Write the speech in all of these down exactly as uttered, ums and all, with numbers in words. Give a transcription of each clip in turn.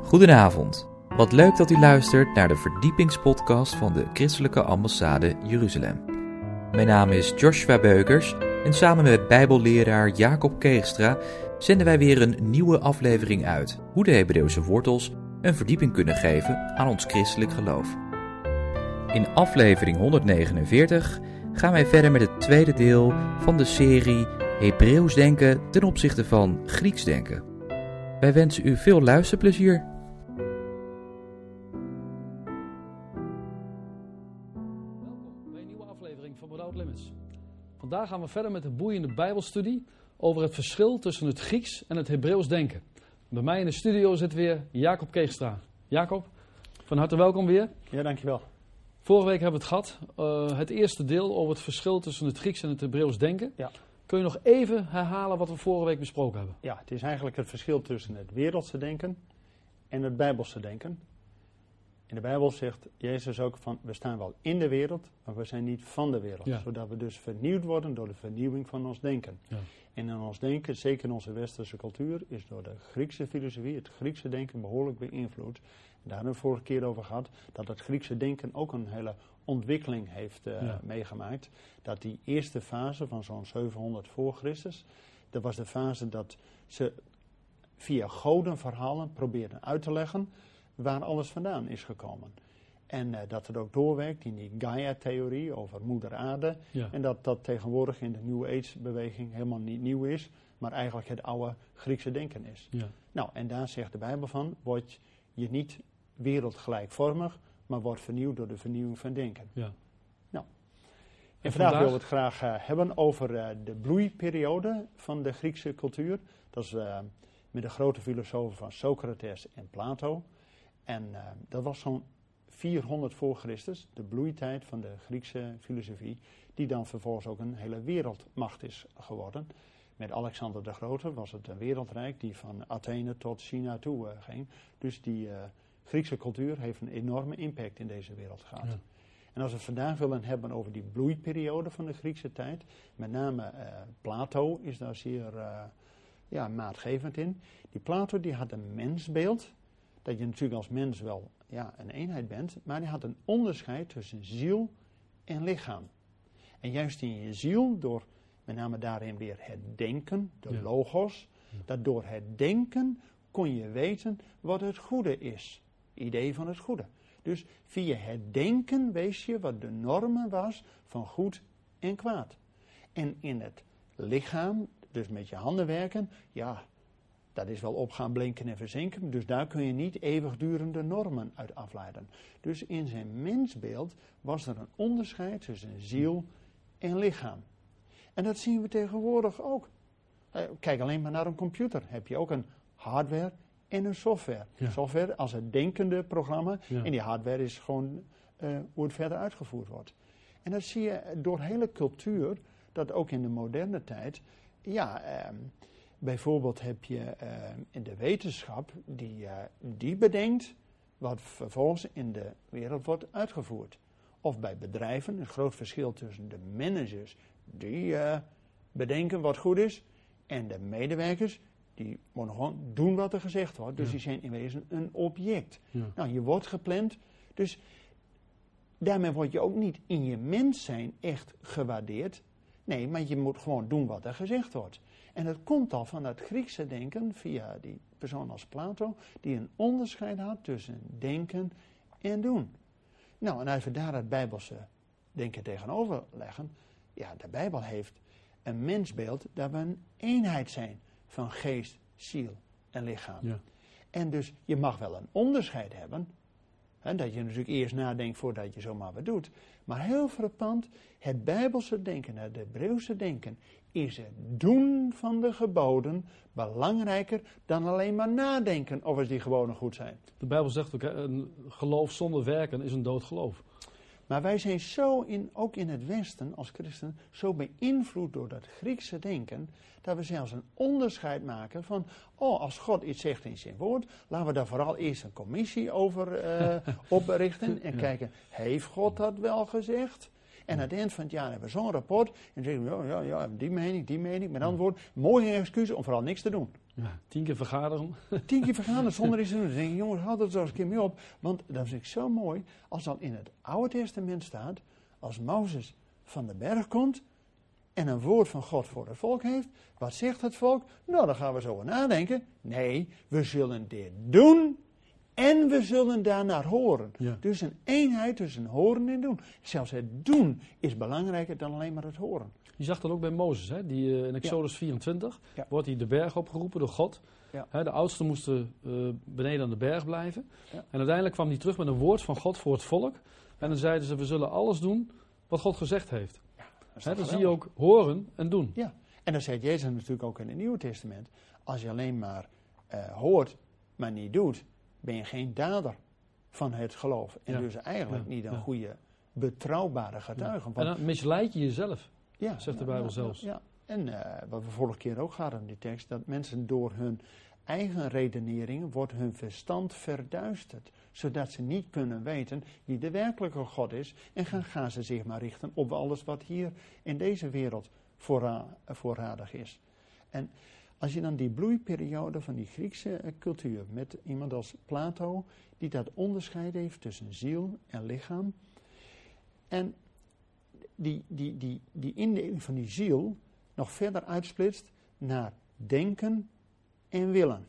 Goedenavond. Wat leuk dat u luistert naar de verdiepingspodcast van de Christelijke Ambassade Jeruzalem. Mijn naam is Joshua Beukers en samen met bijbelleraar Jacob Keegstra zenden wij weer een nieuwe aflevering uit hoe de Hebreeuwse wortels een verdieping kunnen geven aan ons christelijk geloof. In aflevering honderdnegenenveertig gaan wij verder met het tweede deel van de serie Hebreeuws denken ten opzichte van Grieks denken. Wij wensen u veel luisterplezier. Welkom bij een nieuwe aflevering van Without Limits. Vandaag gaan we verder met een boeiende bijbelstudie over het verschil tussen het Grieks en het Hebreeuws denken. Bij mij in de studio zit weer Jacob Keegstra. Jacob, van harte welkom weer. Ja, dankjewel. Vorige week hebben we het gehad, uh, het eerste deel over het verschil tussen het Grieks en het Hebreeuws denken. Ja. Kun je nog even herhalen wat we vorige week besproken hebben? Ja, het is eigenlijk het verschil tussen het wereldse denken en het bijbelse denken. In de Bijbel zegt Jezus ook van, we staan wel in de wereld, maar we zijn niet van de wereld. Ja. Zodat we dus vernieuwd worden door de vernieuwing van ons denken. Ja. En in ons denken, zeker in onze westerse cultuur, is door de Griekse filosofie, het Griekse denken behoorlijk beïnvloed. En daar hebben we vorige keer over gehad, dat het Griekse denken ook een hele ontwikkeling heeft uh, ja. meegemaakt. Dat die eerste fase van zo'n zevenhonderd voor Christus, dat was de fase dat ze via godenverhalen probeerden uit te leggen waar alles vandaan is gekomen. En uh, dat het ook doorwerkt in die Gaia-theorie over moeder aarde. Ja. En dat dat tegenwoordig in de New Age-beweging helemaal niet nieuw is, maar eigenlijk het oude Griekse denken is. Ja. Nou, en daar zegt de Bijbel van, word je niet wereldgelijkvormig, maar wordt vernieuwd door de vernieuwing van denken. Ja. Nou, en, en vandaag, vandaag willen we het graag uh, hebben over uh, de bloeiperiode van de Griekse cultuur. Dat is uh, met de grote filosofen van Socrates en Plato. En uh, dat was zo'n vierhonderd voor Christus, de bloeitijd van de Griekse filosofie, die dan vervolgens ook een hele wereldmacht is geworden. Met Alexander de Grote was het een wereldrijk die van Athene tot China toe uh, ging. Dus die uh, Griekse cultuur heeft een enorme impact in deze wereld gehad. Ja. En als we vandaag willen hebben over die bloeiperiode van de Griekse tijd, met name uh, Plato is daar zeer uh, ja, maatgevend in. Die Plato die had een mensbeeld, dat je natuurlijk als mens wel ja, een eenheid bent, maar die had een onderscheid tussen ziel en lichaam. En juist in je ziel, door met name daarin weer het denken, de ja. logos, ja. dat door het denken kon je weten wat het goede is. Idee van het goede. Dus via het denken wees je wat de normen was van goed en kwaad. En in het lichaam, dus met je handen werken, ja, dat is wel opgaan, blinken en verzinken. Dus daar kun je niet eeuwigdurende normen uit afleiden. Dus in zijn mensbeeld was er een onderscheid tussen ziel en lichaam. En dat zien we tegenwoordig ook. Kijk alleen maar naar een computer. Heb je ook een hardware en een software. Ja. Software als het denkende programma. Ja. En die hardware is gewoon uh, hoe het verder uitgevoerd wordt. En dat zie je door hele cultuur, dat ook in de moderne tijd, ja, uh, bijvoorbeeld heb je uh, in de wetenschap die, uh, die bedenkt wat vervolgens in de wereld wordt uitgevoerd. Of bij bedrijven, een groot verschil tussen de managers die uh, bedenken wat goed is en de medewerkers die moeten gewoon doen wat er gezegd wordt. Dus ja. die zijn in wezen een object. Ja. Nou, je wordt gepland, dus daarmee word je ook niet in je mens zijn echt gewaardeerd. Nee, maar je moet gewoon doen wat er gezegd wordt. En dat komt al van dat Griekse denken via die persoon als Plato, die een onderscheid had tussen denken en doen. Nou, en als we daar het Bijbelse denken tegenover leggen, ja, de Bijbel heeft een mensbeeld dat we een eenheid zijn van geest, ziel en lichaam. Ja. En dus je mag wel een onderscheid hebben, hè, dat je natuurlijk eerst nadenkt voordat je zomaar wat doet. Maar heel frappant, het Bijbelse denken, het Hebreeuwse denken, is het doen van de geboden belangrijker dan alleen maar nadenken of die geboden goed zijn. De Bijbel zegt ook, een geloof zonder werken is een dood geloof. Maar wij zijn zo, in, ook in het Westen als christen, zo beïnvloed door dat Griekse denken, dat we zelfs een onderscheid maken van, oh, als God iets zegt in zijn woord, laten we daar vooral eerst een commissie over uh, oprichten en ja. kijken, heeft God dat wel gezegd? En aan het eind van het jaar hebben we zo'n rapport. En dan zeggen we, ja, ja, ja, die mening, die mening. Met andere woorden, mooie excuus om vooral niks te doen. Ja, tien keer vergaderen. Tien keer vergaderen zonder iets te doen. Dan denk ik, jongens, houd het er eens een keer mee op. Want dat vind ik zo mooi. Als dan in het Oude Testament staat, als Mozes van de berg komt en een woord van God voor het volk heeft. Wat zegt het volk? Nou, dan gaan we zo over nadenken. Nee, we zullen dit doen en we zullen daarnaar horen. Ja. Dus een eenheid tussen horen en doen. Zelfs het doen is belangrijker dan alleen maar het horen. Je zag dat ook bij Mozes, hè? Die, uh, in Exodus ja. vierentwintig Ja. wordt hij de berg opgeroepen door God. Ja. Hè, de oudsten moesten uh, beneden aan de berg blijven. Ja. En uiteindelijk kwam hij terug met een woord van God voor het volk. En dan zeiden ze, we zullen alles doen wat God gezegd heeft. Ja, Hè, dan zie je ook horen en doen. Ja, en dan zegt Jezus natuurlijk ook in het Nieuwe Testament. Als je alleen maar uh, hoort, maar niet doet, ben je geen dader van het geloof. En ja. dus eigenlijk ja. niet een ja. goede, betrouwbare getuige. Ja. En dan misleid je jezelf, ja, zegt de ja, Bijbel ja, zelfs. Ja, ja. En uh, wat we vorige keer ook hadden in die tekst, dat mensen door hun eigen redeneringen wordt hun verstand verduisterd. Zodat ze niet kunnen weten wie de werkelijke God is. En gaan, gaan ze zich maar richten op alles wat hier in deze wereld voorra- voorradig is. En als je dan die bloeiperiode van die Griekse uh, cultuur met iemand als Plato, die dat onderscheid heeft tussen ziel en lichaam. En die, die, die, die indeling van die ziel nog verder uitsplitst naar denken en willen.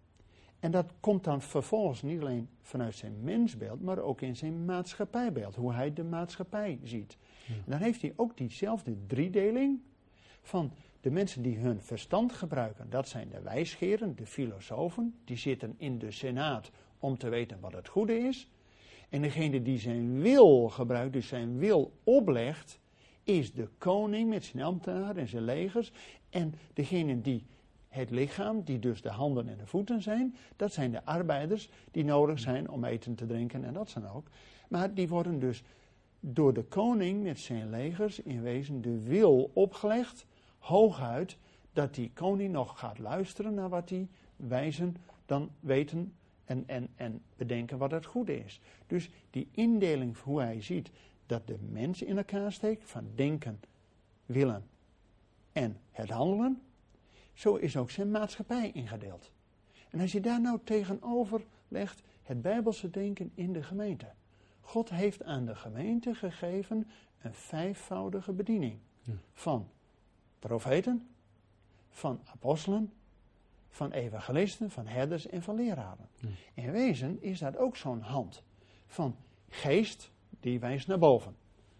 En dat komt dan vervolgens niet alleen vanuit zijn mensbeeld, maar ook in zijn maatschappijbeeld. Hoe hij de maatschappij ziet. Ja. En dan heeft hij ook diezelfde driedeling van de mensen die hun verstand gebruiken. Dat zijn de wijsgeren, de filosofen. Die zitten in de senaat om te weten wat het goede is. En degene die zijn wil gebruikt, dus zijn wil oplegt, is de koning met zijn ambtenaren en zijn legers. En degene die het lichaam, die dus de handen en de voeten zijn, dat zijn de arbeiders die nodig zijn om eten te drinken en dat zijn ook. Maar die worden dus door de koning met zijn legers in wezen de wil opgelegd, hooguit dat die koning nog gaat luisteren naar wat die wijzen dan weten en, en, en bedenken wat het goede is. Dus die indeling hoe hij ziet dat de mens in elkaar steekt van denken, willen en het handelen, zo is ook zijn maatschappij ingedeeld. En als je daar nou tegenover legt het Bijbelse denken in de gemeente. God heeft aan de gemeente gegeven een vijfvoudige bediening. Ja. Van profeten, van apostelen, van evangelisten, van herders en van leraren. Ja. In wezen is dat ook zo'n hand van geest die wijst naar boven.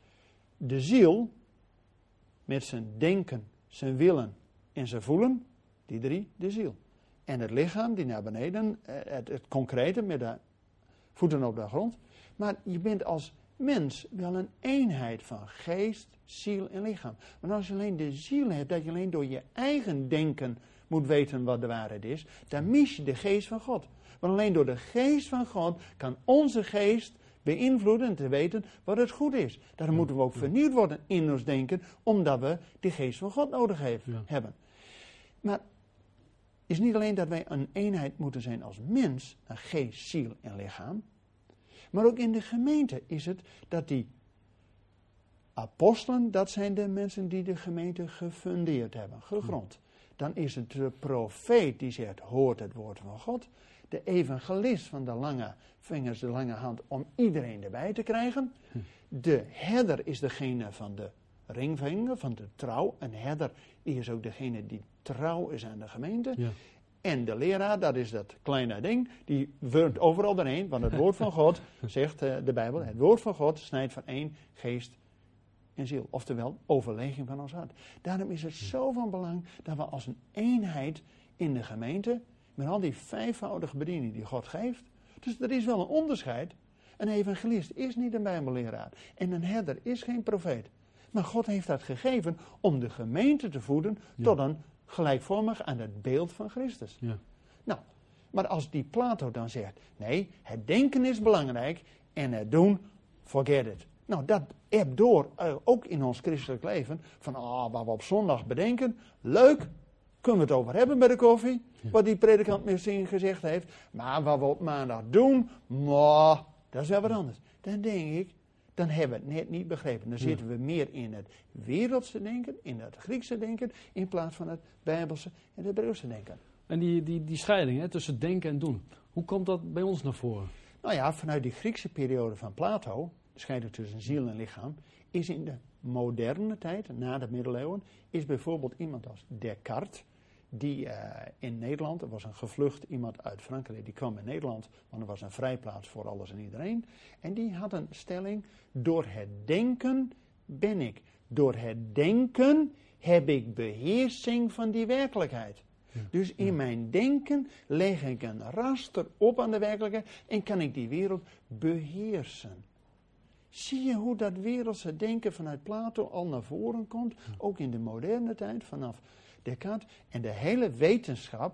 De ziel met zijn denken, zijn willen en zijn voelen, die drie, de ziel. En het lichaam die naar beneden, het, het concrete met de voeten op de grond. Maar je bent als mens wel een eenheid van geest, ziel en lichaam. Maar als je alleen de ziel hebt, dat je alleen door je eigen denken moet weten wat de waarheid is, dan mis je de geest van God. Want alleen door de geest van God kan onze geest beïnvloeden en te weten wat het goed is. Daarom moeten we ook vernieuwd worden in ons denken, omdat we de geest van God nodig heeft, ja. hebben. Maar het is niet alleen dat wij een eenheid moeten zijn als mens, een geest, ziel en lichaam, maar ook in de gemeente is het dat die apostelen, dat zijn de mensen die de gemeente gefundeerd hebben, gegrond. Dan is het de profeet die zegt, hoort het woord van God. De evangelist van de lange vingers, de lange hand, om iedereen erbij te krijgen. De herder is degene van de ringvinger, van de trouw. Een herder is ook degene die trouw is aan de gemeente. Ja. En de leraar, dat is dat kleine ding, die wordt overal doorheen, want het woord van God, zegt uh, de Bijbel, het woord van God snijdt van één geest en ziel. Oftewel, overleging van ons hart. Daarom is het zo van belang dat we als een eenheid in de gemeente, met al die vijfvoudige bediening die God geeft, dus er is wel een onderscheid. Een evangelist is niet een bijbelleraar en een herder is geen profeet. Maar God heeft dat gegeven om de gemeente te voeden ja. tot een gelijkvormig aan het beeld van Christus. Ja. Nou, maar als die Plato dan zegt, nee, het denken is belangrijk en het doen, forget it. Nou, dat ebt door, uh, ook in ons christelijk leven, van ah, wat we op zondag bedenken, leuk, kunnen we het over hebben bij de koffie, ja. wat die predikant misschien gezegd heeft, maar wat we op maandag doen, mwah, dat is wel wat anders. Dan denk ik, dan hebben we het net niet begrepen. Dan Ja. zitten we meer in het wereldse denken, in het Griekse denken, in plaats van het Bijbelse en het Hebreeuwse denken. En die, die, die scheiding hè, tussen denken en doen, hoe komt dat bij ons naar voren? Nou ja, vanuit die Griekse periode van Plato, de scheiding tussen ziel en lichaam, is in de moderne tijd, na de middeleeuwen, is bijvoorbeeld iemand als Descartes, die uh, in Nederland, er was een gevlucht iemand uit Frankrijk, die kwam in Nederland, want er was een vrijplaats voor alles en iedereen. En die had een stelling, door het denken ben ik. Door het denken heb ik beheersing van die werkelijkheid. Ja. Dus in mijn denken leg ik een raster op aan de werkelijkheid en kan ik die wereld beheersen. Zie je hoe dat wereldse denken vanuit Plato al naar voren komt, ja. Ook in de moderne tijd, vanaf Descartes. En de hele wetenschap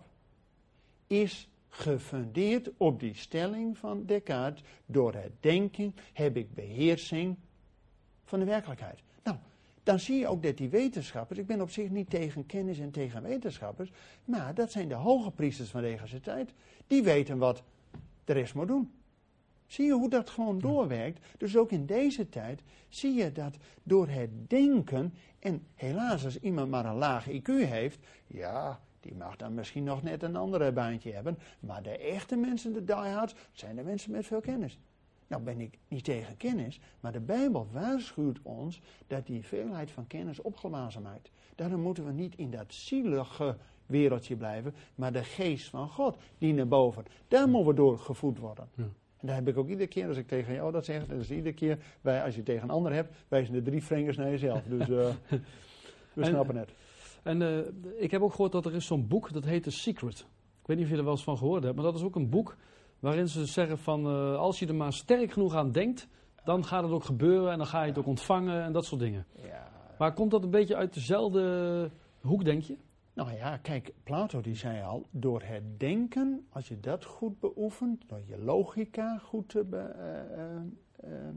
is gefundeerd op die stelling van Descartes. Door het denken heb ik beheersing van de werkelijkheid. Nou, dan zie je ook dat die wetenschappers, ik ben op zich niet tegen kennis en tegen wetenschappers, maar dat zijn de hoge priesters van deze tijd, die weten wat de rest moet doen. Zie je hoe dat gewoon doorwerkt? Dus ook in deze tijd zie je dat door het denken, en helaas als iemand maar een laag I Q heeft, ja, die mag dan misschien nog net een ander baantje hebben, maar de echte mensen, de diehards, zijn de mensen met veel kennis. Nou ben ik niet tegen kennis, maar de Bijbel waarschuwt ons dat die veelheid van kennis opgeblazen maakt. Daarom moeten we niet in dat zielige wereldje blijven, maar de geest van God, die naar boven. Daar moeten we door gevoed worden. Ja. En daar heb ik ook iedere keer, als ik tegen jou dat zeg, dat is iedere keer, wij, als je tegen een ander hebt, wijzen de drie vingers naar jezelf. Dus uh, we en, snappen het. En uh, ik heb ook gehoord dat er is zo'n boek, dat heet The Secret. Ik weet niet of je er wel eens van gehoord hebt, maar dat is ook een boek waarin ze zeggen van, uh, als je er maar sterk genoeg aan denkt, dan gaat het ook gebeuren en dan ga je het ook ontvangen en dat soort dingen. Ja. Maar komt dat een beetje uit dezelfde hoek, denk je? Nou ja, kijk, Plato die zei al, door het denken, als je dat goed beoefent, door je logica goed te be, uh, uh, uh,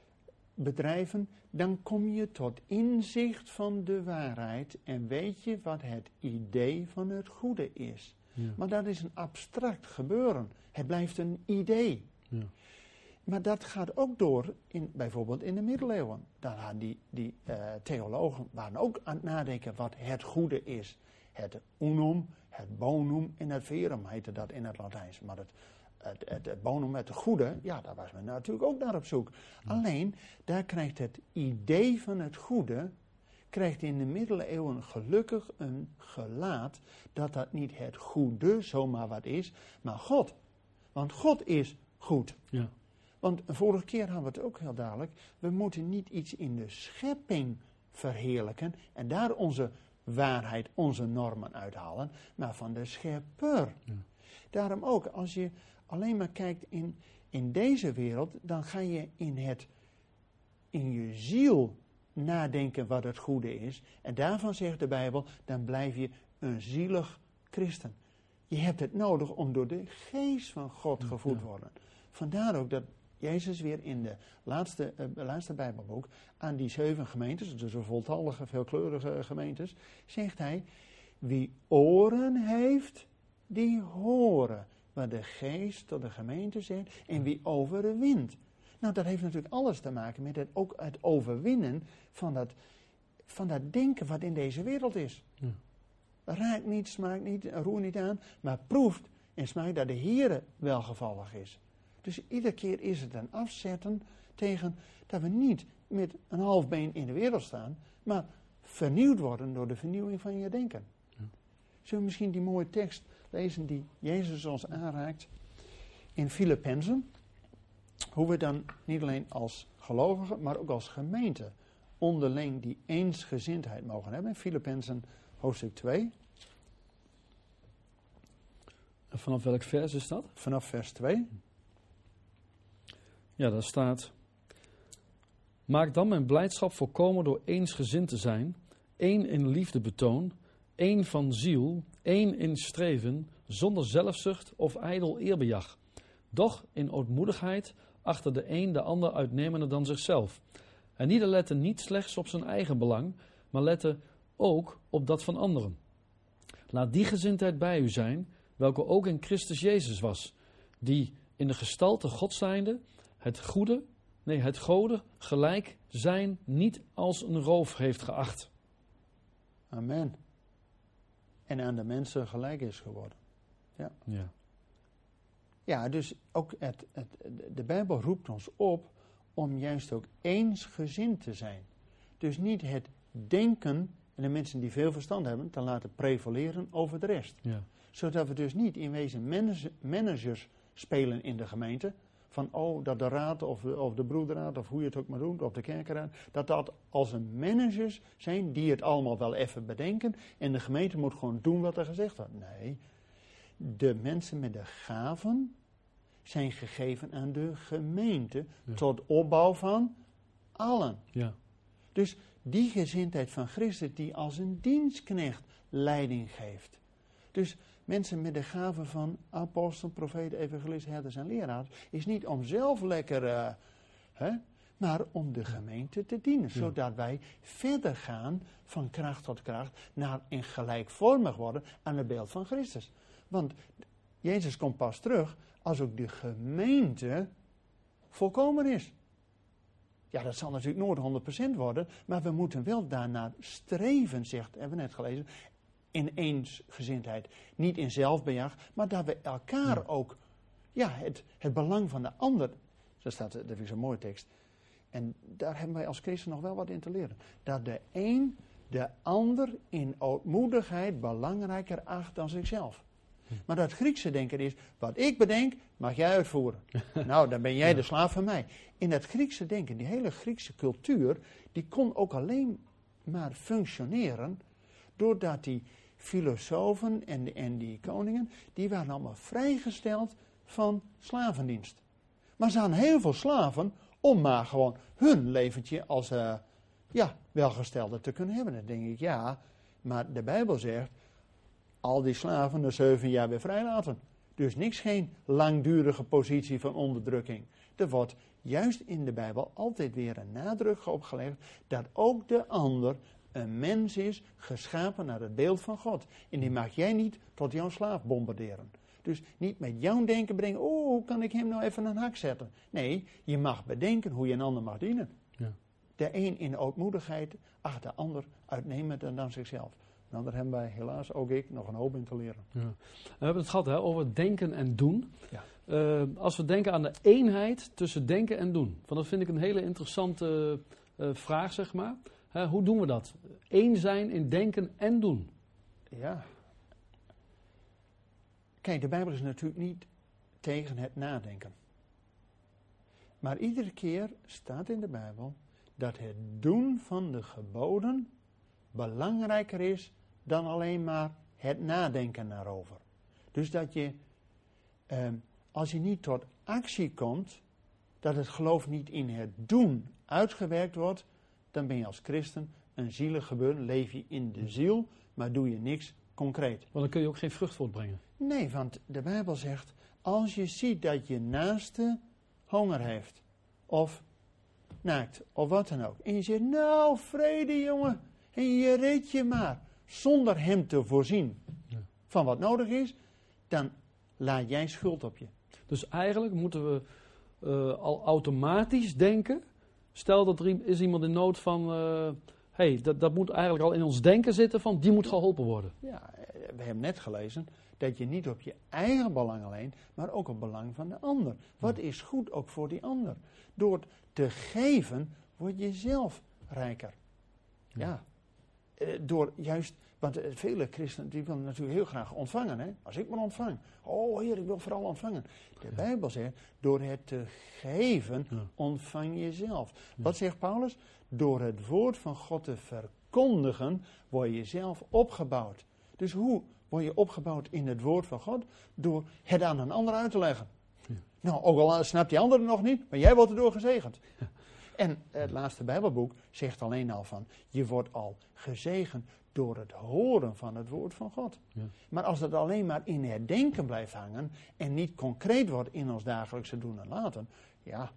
bedrijven, dan kom je tot inzicht van de waarheid en weet je wat het idee van het goede is. Ja. Maar dat is een abstract gebeuren. Het blijft een idee. Ja. Maar dat gaat ook door, in, bijvoorbeeld in de middeleeuwen. Daar hadden die, die uh, theologen waren ook aan het nadenken wat het goede is. Het unum, het bonum en het verum heette dat in het Latijns. Maar het, het, het, het bonum, het goede, ja, daar was men natuurlijk ook naar op zoek. Ja. Alleen, daar krijgt het idee van het goede, krijgt in de middeleeuwen gelukkig een gelaat dat dat niet het goede zomaar wat is, maar God. Want God is goed. Ja. Want vorige keer hadden we het ook heel duidelijk, we moeten niet iets in de schepping verheerlijken en daar onze waarheid, onze normen uithalen, maar van de schepper. Ja. Daarom ook, als je alleen maar kijkt in, in deze wereld, dan ga je in, het, in je ziel nadenken wat het goede is. En daarvan zegt de Bijbel, dan blijf je een zielig christen. Je hebt het nodig om door de geest van God gevoed te ja. worden. Vandaar ook dat Jezus weer in de laatste, uh, laatste Bijbelboek aan die zeven gemeentes, dus een voltallige, veelkleurige gemeentes, zegt hij, wie oren heeft, die horen wat de geest tot de gemeente zegt en wie overwint. Nou, dat heeft natuurlijk alles te maken met het, ook het overwinnen van dat, van dat denken wat in deze wereld is. Ja. Raakt niet, smaakt niet, roer niet aan, maar proeft en smaakt dat de Heere welgevallig is. Dus iedere keer is het een afzetten tegen dat we niet met een half been in de wereld staan, maar vernieuwd worden door de vernieuwing van je denken. Ja. Zullen we misschien die mooie tekst lezen die Jezus ons aanraakt in Filippenzen? Hoe we dan niet alleen als gelovigen, maar ook als gemeente onderling die eensgezindheid mogen hebben. Filippenzen hoofdstuk twee. En vanaf welk vers is dat? Vanaf vers twee. Ja, daar staat: maak dan mijn blijdschap volkomen door eensgezind te zijn, één in liefde betoon, één van ziel, één in streven, zonder zelfzucht of ijdel eerbejag. Doch in ootmoedigheid achter de een de ander uitnemender dan zichzelf. En ieder lette niet slechts op zijn eigen belang, maar lette ook op dat van anderen. Laat die gezindheid bij u zijn, welke ook in Christus Jezus was, die in de gestalte God zijnde het goede nee, het goden gelijk zijn niet als een roof heeft geacht. Amen. En aan de mensen gelijk is geworden. Ja. Ja. Ja, dus ook het, het, de Bijbel roept ons op om juist ook eensgezind te zijn. Dus niet het denken en de mensen die veel verstand hebben te laten prevaleren over de rest. Ja. Zodat we dus niet in wezen manage- managers spelen in de gemeente. Van oh, dat de raad of de, of de broederraad of hoe je het ook maar doet, of de kerkenraad. Dat dat als een managers zijn die het allemaal wel even bedenken. En de gemeente moet gewoon doen wat er gezegd wordt. Nee, de mensen met de gaven zijn gegeven aan de gemeente. Ja. Tot opbouw van allen. Ja. Dus die gezindheid van Christus die als een dienstknecht leiding geeft. Dus mensen met de gaven van apostel, profeet, evangelist, herders en leraars is niet om zelf lekker, uh, hè, maar om de gemeente te dienen. Ja. Zodat wij verder gaan van kracht tot kracht naar en gelijkvormig worden aan het beeld van Christus. Want Jezus komt pas terug als ook de gemeente volkomen is. Ja, dat zal natuurlijk nooit honderd procent worden, maar we moeten wel daarnaar streven, zegt, hebben we net gelezen, in eensgezindheid. Niet in zelfbejag, maar dat we elkaar ja. ook, ja, het, het belang van de ander, zo staat, dat vind ik zo'n mooie tekst, en daar hebben wij als christen nog wel wat in te leren. Dat de een de ander in ootmoedigheid belangrijker acht dan zichzelf. Maar dat Griekse denken is, wat ik bedenk, mag jij uitvoeren. Nou, dan ben jij ja. de slaaf van mij. In dat Griekse denken, die hele Griekse cultuur, die kon ook alleen maar functioneren, doordat die filosofen en, en die koningen, die waren allemaal vrijgesteld van slavendienst. Maar ze hadden heel veel slaven om maar gewoon hun leventje als uh, ja, welgestelde te kunnen hebben. Dan denk ik, ja, maar de Bijbel zegt, al die slaven na zeven jaar weer vrijlaten. Dus niks, geen langdurige positie van onderdrukking. Er wordt juist in de Bijbel altijd weer een nadruk op gelegd dat ook de ander een mens is, geschapen naar het beeld van God. En die mag jij niet tot jouw slaaf bombarderen. Dus niet met jouw denken brengen, oh, hoe kan ik hem nou even een hak zetten? Nee, je mag bedenken hoe je een ander mag dienen. Ja. De een in ootmoedigheid, ach, de ander uitnemender dan zichzelf. Nou, daar hebben wij helaas, ook ik, nog een hoop in te leren. Ja. We hebben het gehad hè, over denken en doen. Ja. Uh, als we denken aan de eenheid tussen denken en doen. Van dat vind ik een hele interessante uh, vraag, zeg maar. Uh, hoe doen we dat? Eén zijn in denken en doen. Ja. Kijk, de Bijbel is natuurlijk niet tegen het nadenken. Maar iedere keer staat in de Bijbel dat het doen van de geboden belangrijker is dan alleen maar het nadenken daarover. Dus dat je, eh, als je niet tot actie komt, dat het geloof niet in het doen uitgewerkt wordt, dan ben je als christen een zielig gebeuren, leef je in de ziel, maar doe je niks concreet. Want dan kun je ook geen vrucht voortbrengen. Nee, want de Bijbel zegt, als je ziet dat je naaste honger heeft, of naakt, of wat dan ook, en je zegt, nou vrede jongen, en je redt je maar, zonder hem te voorzien ja. van wat nodig is, dan laat jij schuld op je. Dus eigenlijk moeten we uh, al automatisch denken, stel dat er is iemand in nood van, uh, hey, dat, dat moet eigenlijk al in ons denken zitten van, die moet geholpen worden. Ja, we hebben net gelezen dat je niet op je eigen belang alleen, maar ook op het belang van de ander. Wat is goed ook voor die ander? Door te geven, word je zelf rijker. Ja. ja. Door juist, want vele christenen die willen natuurlijk heel graag ontvangen. Hè? Als ik maar ontvang. Oh Heer, ik wil vooral ontvangen. De ja. Bijbel zegt, door het te geven, ja. ontvang je zelf. Ja. Wat zegt Paulus? Door het woord van God te verkondigen, word je zelf opgebouwd. Dus hoe word je opgebouwd in het woord van God? Door het aan een ander uit te leggen. Ja. Nou, ook al snapt die ander het nog niet, maar jij wordt erdoor gezegend. Ja. En het laatste Bijbelboek zegt alleen al van, je wordt al gezegend door het horen van het woord van God. Ja. Maar als het alleen maar in het denken blijft hangen en niet concreet wordt in ons dagelijkse doen en laten, ja,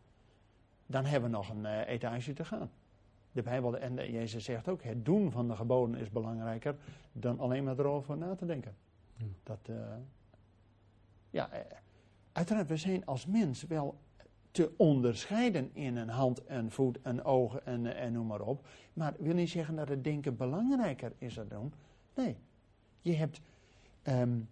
dan hebben we nog een uh, etage te gaan. De Bijbel en de, Jezus zegt ook, het doen van de geboden is belangrijker dan alleen maar erover na te denken. Ja. Dat, uh, ja, uh, uiteraard, we zijn als mens wel te onderscheiden in een hand, een voet, een oog en, en noem maar op. Maar wil niet zeggen dat het denken belangrijker is dan doen. Nee, je hebt um,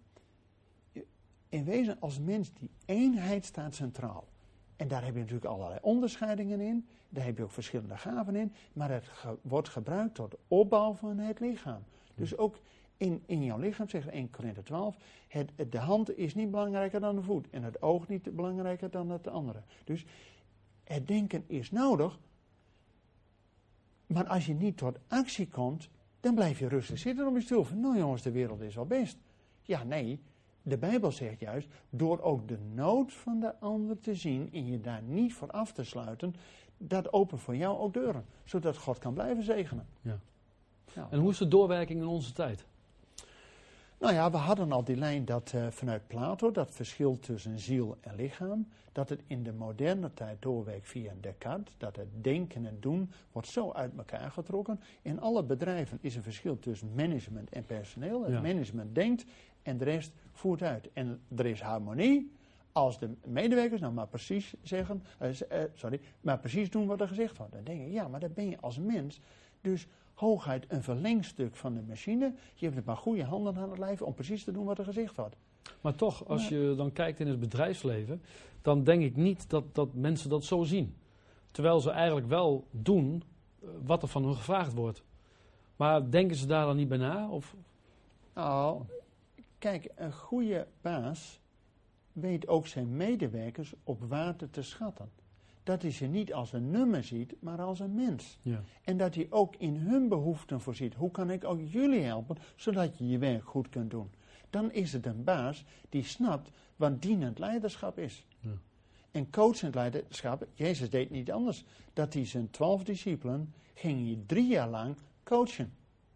in wezen als mens die eenheid staat centraal. En daar heb je natuurlijk allerlei onderscheidingen in. Daar heb je ook verschillende gaven in. Maar het ge- wordt gebruikt tot opbouw van het lichaam. Dus ook in, in jouw lichaam, zegt Eerste Korinthe twaalf, het, het, de hand is niet belangrijker dan de voet. En het oog niet belangrijker dan het andere. Dus het denken is nodig. Maar als je niet tot actie komt, dan blijf je rustig zitten op je stoel. Van, nou jongens, de wereld is wel best. Ja, nee. De Bijbel zegt juist, door ook de nood van de ander te zien en je daar niet voor af te sluiten, dat opent voor jou ook deuren, zodat God kan blijven zegenen. Ja. Nou, En hoe is de doorwerking in onze tijd? Nou ja, we hadden al die lijn dat uh, vanuit Plato, dat verschil tussen ziel en lichaam, dat het in de moderne tijd doorwerkt via Descartes, dat het denken en doen wordt zo uit elkaar getrokken. In alle bedrijven is een verschil tussen management en personeel. Het Ja. management denkt en de rest voert uit. En er is harmonie als de medewerkers nou maar precies zeggen, uh, uh, sorry, maar precies doen wat er gezegd wordt. Dan denk je, ja, maar dan ben je als mens dus hooguit een verlengstuk van de machine. Je hebt een paar goede handen aan het lijf om precies te doen wat er gezegd wordt. Maar toch, als je dan kijkt in het bedrijfsleven, dan denk ik niet dat, dat mensen dat zo zien. Terwijl ze eigenlijk wel doen uh, wat er van hun gevraagd wordt. Maar denken ze daar dan niet bij na? Of? Nou, kijk, een goede baas weet ook zijn medewerkers op waarde te schatten. Dat hij ze niet als een nummer ziet, maar als een mens. Ja. En dat hij ook in hun behoeften voorziet. Hoe kan ik ook jullie helpen, zodat je je werk goed kunt doen? Dan is het een baas die snapt wat dienend leiderschap is. Ja. En coachend leiderschap, Jezus deed niet anders. Dat hij zijn twaalf discipelen ging hij drie jaar lang coachen.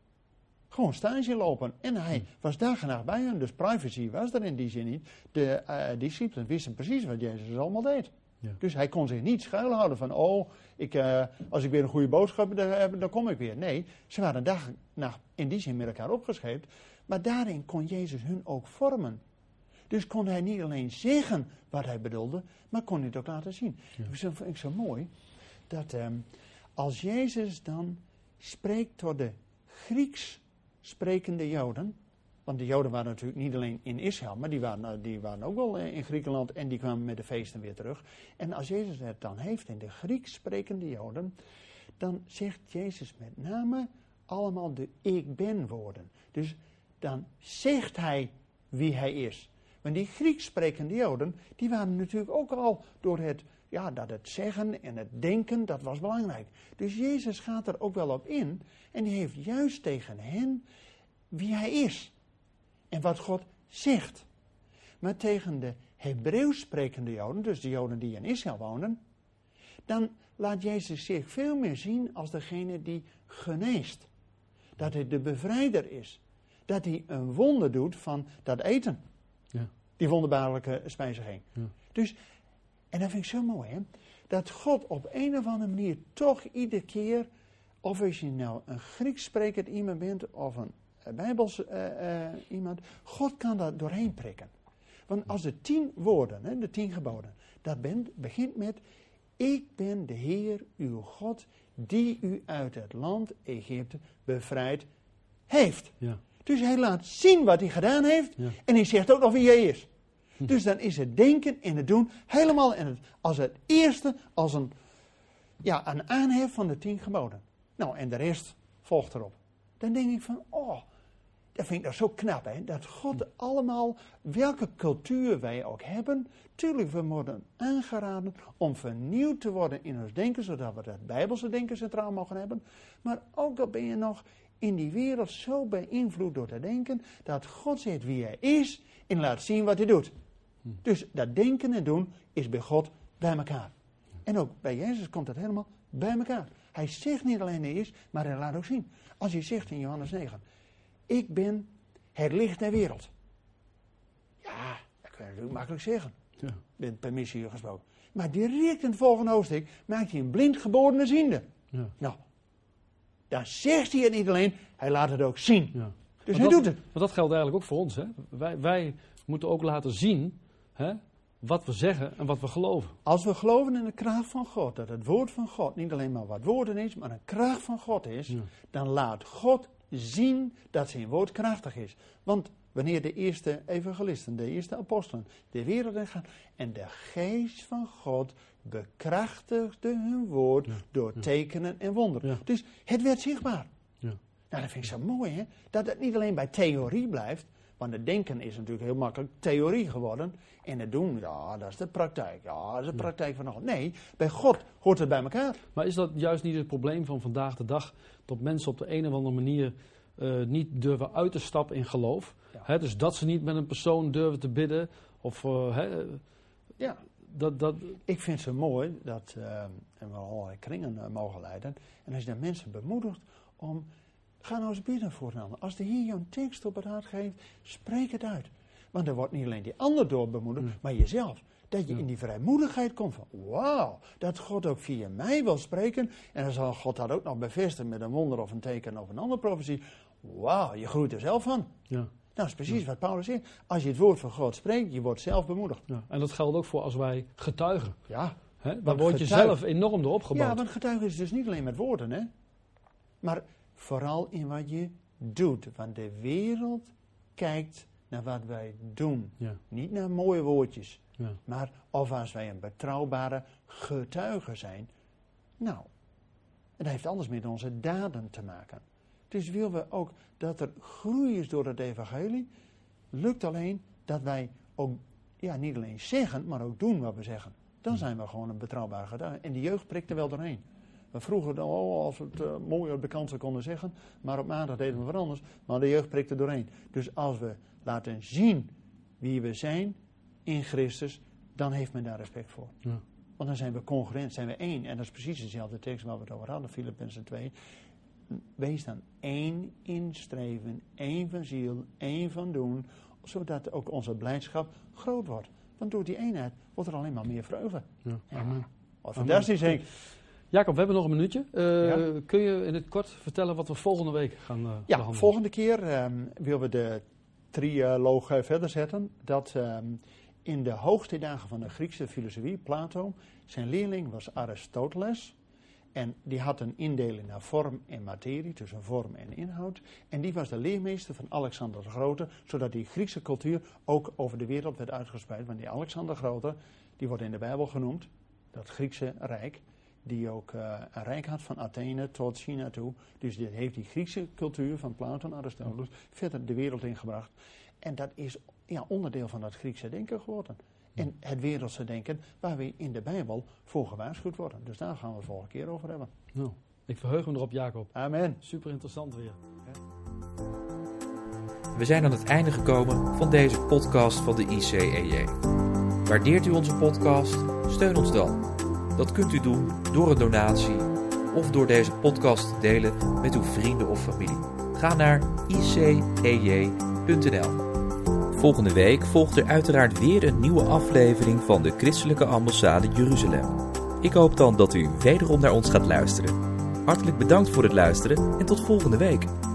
Gewoon stage lopen. En hij Hmm. was dag en nacht bij hen. Dus privacy was er in die zin niet. De uh, discipelen wisten precies wat Jezus allemaal deed. Ja. Dus hij kon zich niet schuilhouden van, oh, ik, uh, als ik weer een goede boodschap heb, dan kom ik weer. Nee, ze waren dag en nacht in die zin met elkaar opgescheept. Maar daarin kon Jezus hun ook vormen. Dus kon hij niet alleen zeggen wat hij bedoelde, maar kon hij het ook laten zien. Ja. Dus dat vind ik zo mooi, dat um, als Jezus dan spreekt tot de Grieks sprekende Joden, want de Joden waren natuurlijk niet alleen in Israël, maar die waren, die waren ook wel in Griekenland en die kwamen met de feesten weer terug. En als Jezus het dan heeft in de Grieks sprekende Joden, dan zegt Jezus met name allemaal de ik ben woorden. Dus dan zegt hij wie hij is. Want die Grieks sprekende Joden, die waren natuurlijk ook al door het, ja, dat het zeggen en het denken, dat was belangrijk. Dus Jezus gaat er ook wel op in en die heeft juist tegen hen wie hij is. En wat God zegt. Maar tegen de Hebreeuws sprekende Joden, dus de Joden die in Israël woonden, dan laat Jezus zich veel meer zien als degene die geneest. Dat hij de bevrijder is. Dat hij een wonder doet van dat eten. Ja. Die wonderbaarlijke spijziging. Ja. Dus, en dat vind ik zo mooi, hè. Dat God op een of andere manier toch iedere keer, of als je nou een Grieks sprekend iemand bent, of een Bijbels uh, uh, iemand, God kan daar doorheen prikken. Want als de tien woorden, hè, de tien geboden, dat bent, begint met, ik ben de Heer, uw God, die u uit het land Egypte bevrijd heeft. Ja. Dus hij laat zien wat hij gedaan heeft, Ja. en hij zegt ook nog wie hij is. Hm. Dus dan is het denken en het doen helemaal in het, als het eerste, als een, ja, een aanhef van de tien geboden. Nou, en de rest volgt erop. Dan denk ik van, oh, dat vind ik nou zo knap, hè, dat God allemaal, welke cultuur wij ook hebben, tuurlijk, we worden aangeraden om vernieuwd te worden in ons denken, zodat we dat Bijbelse denken centraal mogen hebben. Maar ook al ben je nog in die wereld zo beïnvloed door te denken, dat God zegt wie hij is en laat zien wat hij doet. Hm. Dus dat denken en doen is bij God bij elkaar. En ook bij Jezus komt dat helemaal bij elkaar. Hij zegt niet alleen hij is, maar hij laat ook zien. Als hij zegt in Johannes negen, ik ben het licht der wereld. Ja, dat kun je natuurlijk makkelijk zeggen. Ja. Met permissie hier gesproken. Maar direct in het volgende hoofdstuk maakt hij een blind geborene ziende. Ja. Nou, dan zegt hij het niet alleen, hij laat het ook zien. Ja. Dus maar hij dat, doet het. Maar dat geldt eigenlijk ook voor ons. Hè? Wij, wij moeten ook laten zien, hè, wat we zeggen en wat we geloven. Als we geloven in de kracht van God, dat het woord van God niet alleen maar wat woorden is, maar een kracht van God is, ja. dan laat God zien dat zijn woord krachtig is. Want wanneer de eerste evangelisten, de eerste apostelen, de wereld in gaan en de geest van God bekrachtigde hun woord ja. door ja. tekenen en wonderen. Ja. Dus het werd zichtbaar. Ja. Nou, dat vind ik zo mooi, hè? Dat het niet alleen bij theorie blijft. Want het denken is natuurlijk heel makkelijk theorie geworden. En het doen, ja, dat is de praktijk. Ja, dat is de praktijk van God. Nee, bij God hoort het bij elkaar. Maar is dat juist niet het probleem van vandaag de dag? Dat mensen op de een of andere manier uh, niet durven uit te stappen in geloof. Ja. Hè, dus dat ze niet met een persoon durven te bidden. Of, uh, hè, ja. Dat, dat... Ik vind het zo mooi dat uh, en we allerlei kringen uh, mogen leiden. En als je dan mensen bemoedigt om... Ga nou eens bidden voor een ander. Als de Heer jou een tekst op het hart geeft, spreek het uit. Want er wordt niet alleen die ander door bemoedigd, ja. maar jezelf. Dat je ja. in die vrijmoedigheid komt van, wauw, dat God ook via mij wil spreken. En dan zal God dat ook nog bevestigen met een wonder of een teken of een andere profetie. Wauw, je groeit er zelf van. Ja. Nou, dat is precies ja. wat Paulus zegt. Als je het woord van God spreekt, je wordt zelf bemoedigd. Ja. En dat geldt ook voor als wij getuigen. Ja. Hè? Dan word je zelf enorm door opgebouwd. Ja, want getuigen is dus niet alleen met woorden, hè. Maar... Vooral in wat je doet. Want de wereld kijkt naar wat wij doen. Ja. Niet naar mooie woordjes. Ja. Maar of als wij een betrouwbare getuige zijn. Nou, dat heeft alles met onze daden te maken. Dus willen we ook dat er groei is door het evangelie. Lukt alleen dat wij ook ja, niet alleen zeggen, maar ook doen wat we zeggen. Dan zijn we gewoon een betrouwbare getuige. En die jeugd prikt er wel doorheen. We vroegen dan, oh, als we het uh, mooi op de kansen konden zeggen. Maar op maandag deden we wat anders. Maar de jeugd prikte doorheen. Dus als we laten zien wie we zijn in Christus, dan heeft men daar respect voor. Ja. Want dan zijn we congruent, zijn we één. En dat is precies dezelfde tekst waar we het over hadden, Filippenzen twee. Wees dan één in streven, één van ziel, één van doen. Zodat ook onze blijdschap groot wordt. Want door die eenheid wordt er alleen maar meer vreugde. Ja. Ja. Wat fantastisch, Henk. Jacob, we hebben nog een minuutje. Uh, ja. Kun je in het kort vertellen wat we volgende week gaan uh, ja, behandelen? Volgende keer um, willen we de trialoog uh, verder zetten. Dat um, in de hoogste dagen van de Griekse filosofie, Plato, zijn leerling was Aristoteles. En die had een indeling naar vorm en materie, tussen vorm en inhoud. En die was de leermeester van Alexander de Grote, zodat die Griekse cultuur ook over de wereld werd uitgespreid. Want die Alexander de Grote, die wordt in de Bijbel genoemd, dat Griekse rijk, die ook uh, een rijk had van Athene tot China toe. Dus dit heeft die Griekse cultuur van Plato en Aristoteles verder de wereld ingebracht. En dat is ja, onderdeel van dat Griekse denken geworden. En het wereldse denken waar we in de Bijbel voor gewaarschuwd worden. Dus daar gaan we het volgende keer over hebben. Nou, ik verheug me erop, Jacob. Amen. Super interessant weer. Ja. We zijn aan het einde gekomen van deze podcast van de I C E J. Waardeert u onze podcast? Steun ons dan. Dat kunt u doen door een donatie of door deze podcast te delen met uw vrienden of familie. Ga naar i c e j punt n l. Volgende week volgt er uiteraard weer een nieuwe aflevering van de Christelijke Ambassade Jeruzalem. Ik hoop dan dat u wederom naar ons gaat luisteren. Hartelijk bedankt voor het luisteren en tot volgende week.